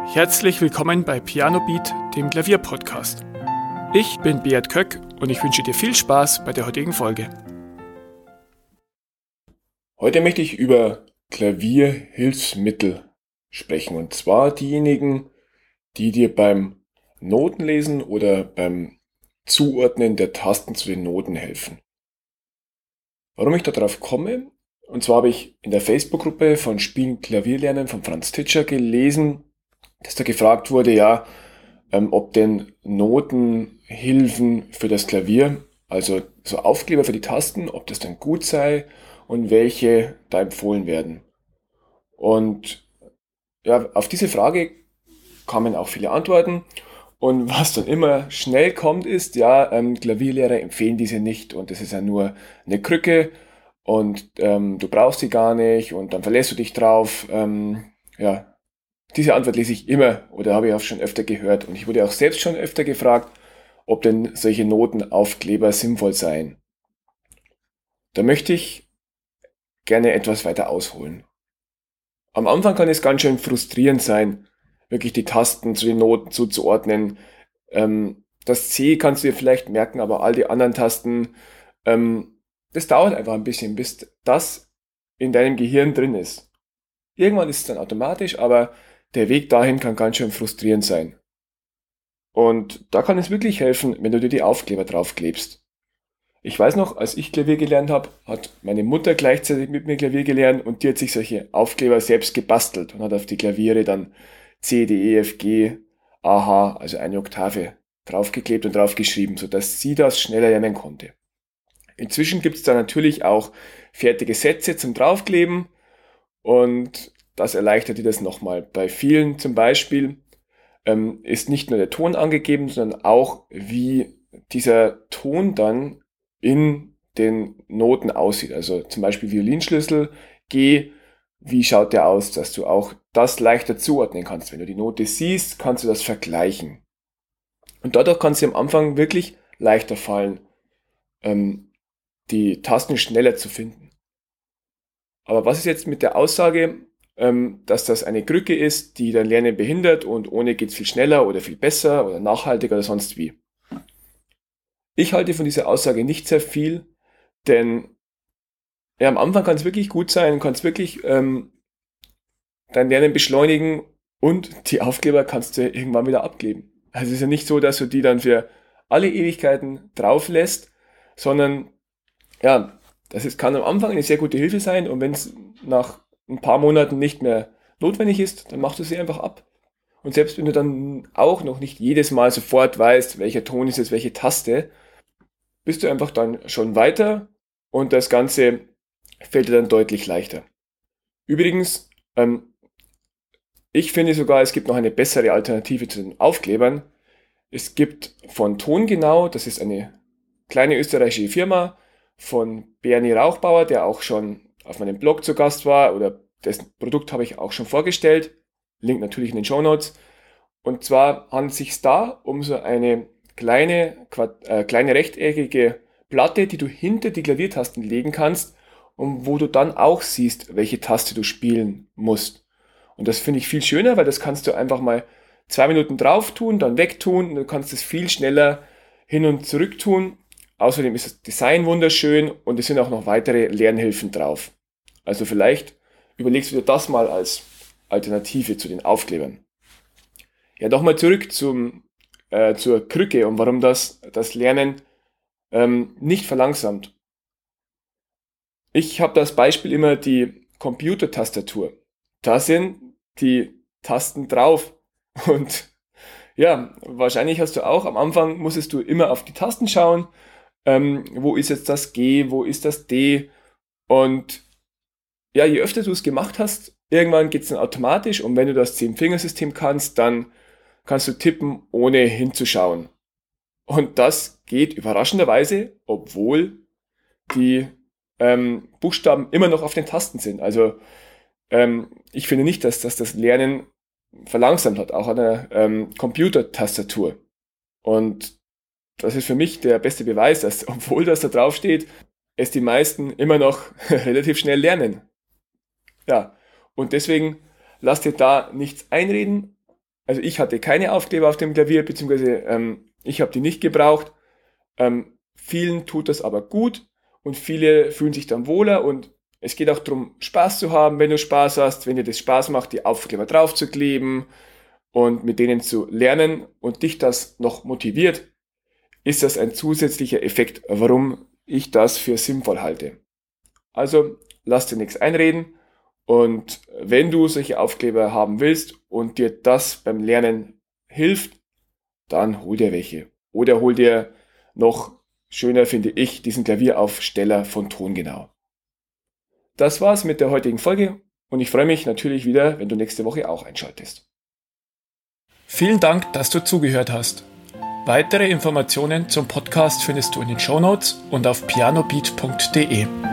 Herzlich willkommen bei Piano Beat, dem Klavierpodcast. Ich bin Beat Köck und ich wünsche dir viel Spaß bei der heutigen Folge. Heute möchte ich über Klavierhilfsmittel sprechen, und zwar diejenigen, die dir beim Notenlesen oder beim Zuordnen der Tasten zu den Noten helfen. Warum ich darauf komme? Und zwar habe ich in der Facebook-Gruppe von Spielen Klavierlernen von Franz Titscher gelesen, dass da gefragt wurde, ob denn Notenhilfen für das Klavier, also so Aufkleber für die Tasten, ob das dann gut sei und welche da empfohlen werden. Und ja, auf diese Frage kamen auch viele Antworten. Und was dann immer schnell kommt, ist, Klavierlehrer empfehlen diese nicht und das ist ja nur eine Krücke und du brauchst sie gar nicht und dann verlässt du dich drauf. Diese Antwort lese ich immer oder habe ich auch schon öfter gehört und ich wurde auch selbst schon öfter gefragt, ob denn solche Notenaufkleber sinnvoll seien. Da möchte ich gerne etwas weiter ausholen. Am Anfang kann es ganz schön frustrierend sein, wirklich die Tasten zu den Noten zuzuordnen. Das C kannst du dir vielleicht merken, aber all die anderen Tasten, das dauert einfach ein bisschen, bis das in deinem Gehirn drin ist. Irgendwann ist es dann automatisch, aber der Weg dahin kann ganz schön frustrierend sein. Und da kann es wirklich helfen, wenn du dir die Aufkleber draufklebst. Ich weiß noch, als ich Klavier gelernt habe, hat meine Mutter gleichzeitig mit mir Klavier gelernt und die hat sich solche Aufkleber selbst gebastelt und hat auf die Klaviere dann C, D, E, F, G, A, H, also eine Oktave, draufgeklebt und draufgeschrieben, sodass sie das schneller lernen konnte. Inzwischen gibt es da natürlich auch fertige Sätze zum Draufkleben und das erleichtert dir das nochmal. Bei vielen zum Beispiel ist nicht nur der Ton angegeben, sondern auch, wie dieser Ton dann in den Noten aussieht. Also zum Beispiel Violinschlüssel G, wie schaut der aus, dass du auch das leichter zuordnen kannst. Wenn du die Note siehst, kannst du das vergleichen. Und dadurch kann es dir am Anfang wirklich leichter fallen, die Tasten schneller zu finden. Aber was ist jetzt mit der Aussage, dass das eine Krücke ist, die dein Lernen behindert und ohne geht's viel schneller oder viel besser oder nachhaltiger oder sonst wie? Ich halte von dieser Aussage nicht sehr viel, denn am Anfang kann es wirklich gut sein, kann es wirklich dein Lernen beschleunigen und die Aufkleber kannst du irgendwann wieder abkleben. Also es ist ja nicht so, dass du die dann für alle Ewigkeiten drauf lässt, sondern kann am Anfang eine sehr gute Hilfe sein und wenn es nach ein paar Monaten nicht mehr notwendig ist, dann machst du sie einfach ab. Und selbst wenn du dann auch noch nicht jedes Mal sofort weißt, welcher Ton ist es, welche Taste, bist du einfach dann schon weiter und das Ganze fällt dir dann deutlich leichter. Übrigens, ich finde sogar, es gibt noch eine bessere Alternative zu den Aufklebern. Es gibt von Tongenau, das ist eine kleine österreichische Firma, von Bernie Rauchbauer, der auch schon auf meinem Blog zu Gast war, oder dessen Produkt habe ich auch schon vorgestellt. Link natürlich in den Shownotes. Und zwar handelt es sich da um so eine kleine rechteckige Platte, die du hinter die Klaviertasten legen kannst und wo du dann auch siehst, welche Taste du spielen musst. Und das finde ich viel schöner, weil das kannst du einfach mal 2 Minuten drauf tun, dann wegtun und du kannst es viel schneller hin und zurück tun. Außerdem ist das Design wunderschön und es sind auch noch weitere Lernhilfen drauf. Also vielleicht überlegst du dir das mal als Alternative zu den Aufklebern. Ja, nochmal zurück zur Krücke und warum das Lernen nicht verlangsamt. Ich habe das Beispiel immer die Computertastatur. Da sind die Tasten drauf und ja, wahrscheinlich hast du auch, am Anfang musstest du immer auf die Tasten schauen, wo ist jetzt das G, wo ist das D und ja, je öfter du es gemacht hast, irgendwann geht es dann automatisch und wenn du das 10-Fingersystem kannst, dann kannst du tippen, ohne hinzuschauen. Und das geht überraschenderweise, obwohl die Buchstaben immer noch auf den Tasten sind. Also ich finde nicht, dass das Lernen verlangsamt hat, auch an der Computertastatur. Und das ist für mich der beste Beweis, dass, obwohl das da drauf steht, es die meisten immer noch relativ schnell lernen. Ja, und deswegen lass dir da nichts einreden. Also ich hatte keine Aufkleber auf dem Klavier, beziehungsweise ich habe die nicht gebraucht. Vielen tut das aber gut und viele fühlen sich dann wohler und es geht auch darum, Spaß zu haben, wenn du Spaß hast, wenn dir das Spaß macht, die Aufkleber drauf zu kleben und mit denen zu lernen und dich das noch motiviert, ist das ein zusätzlicher Effekt, warum ich das für sinnvoll halte. Also lass dir nichts einreden und wenn du solche Aufkleber haben willst und dir das beim Lernen hilft, dann hol dir welche. Oder hol dir noch schöner, finde ich, diesen Klavieraufsteller von Tongenau. Das war's mit der heutigen Folge und ich freue mich natürlich wieder, wenn du nächste Woche auch einschaltest. Vielen Dank, dass du zugehört hast. Weitere Informationen zum Podcast findest du in den Shownotes und auf pianobeat.de.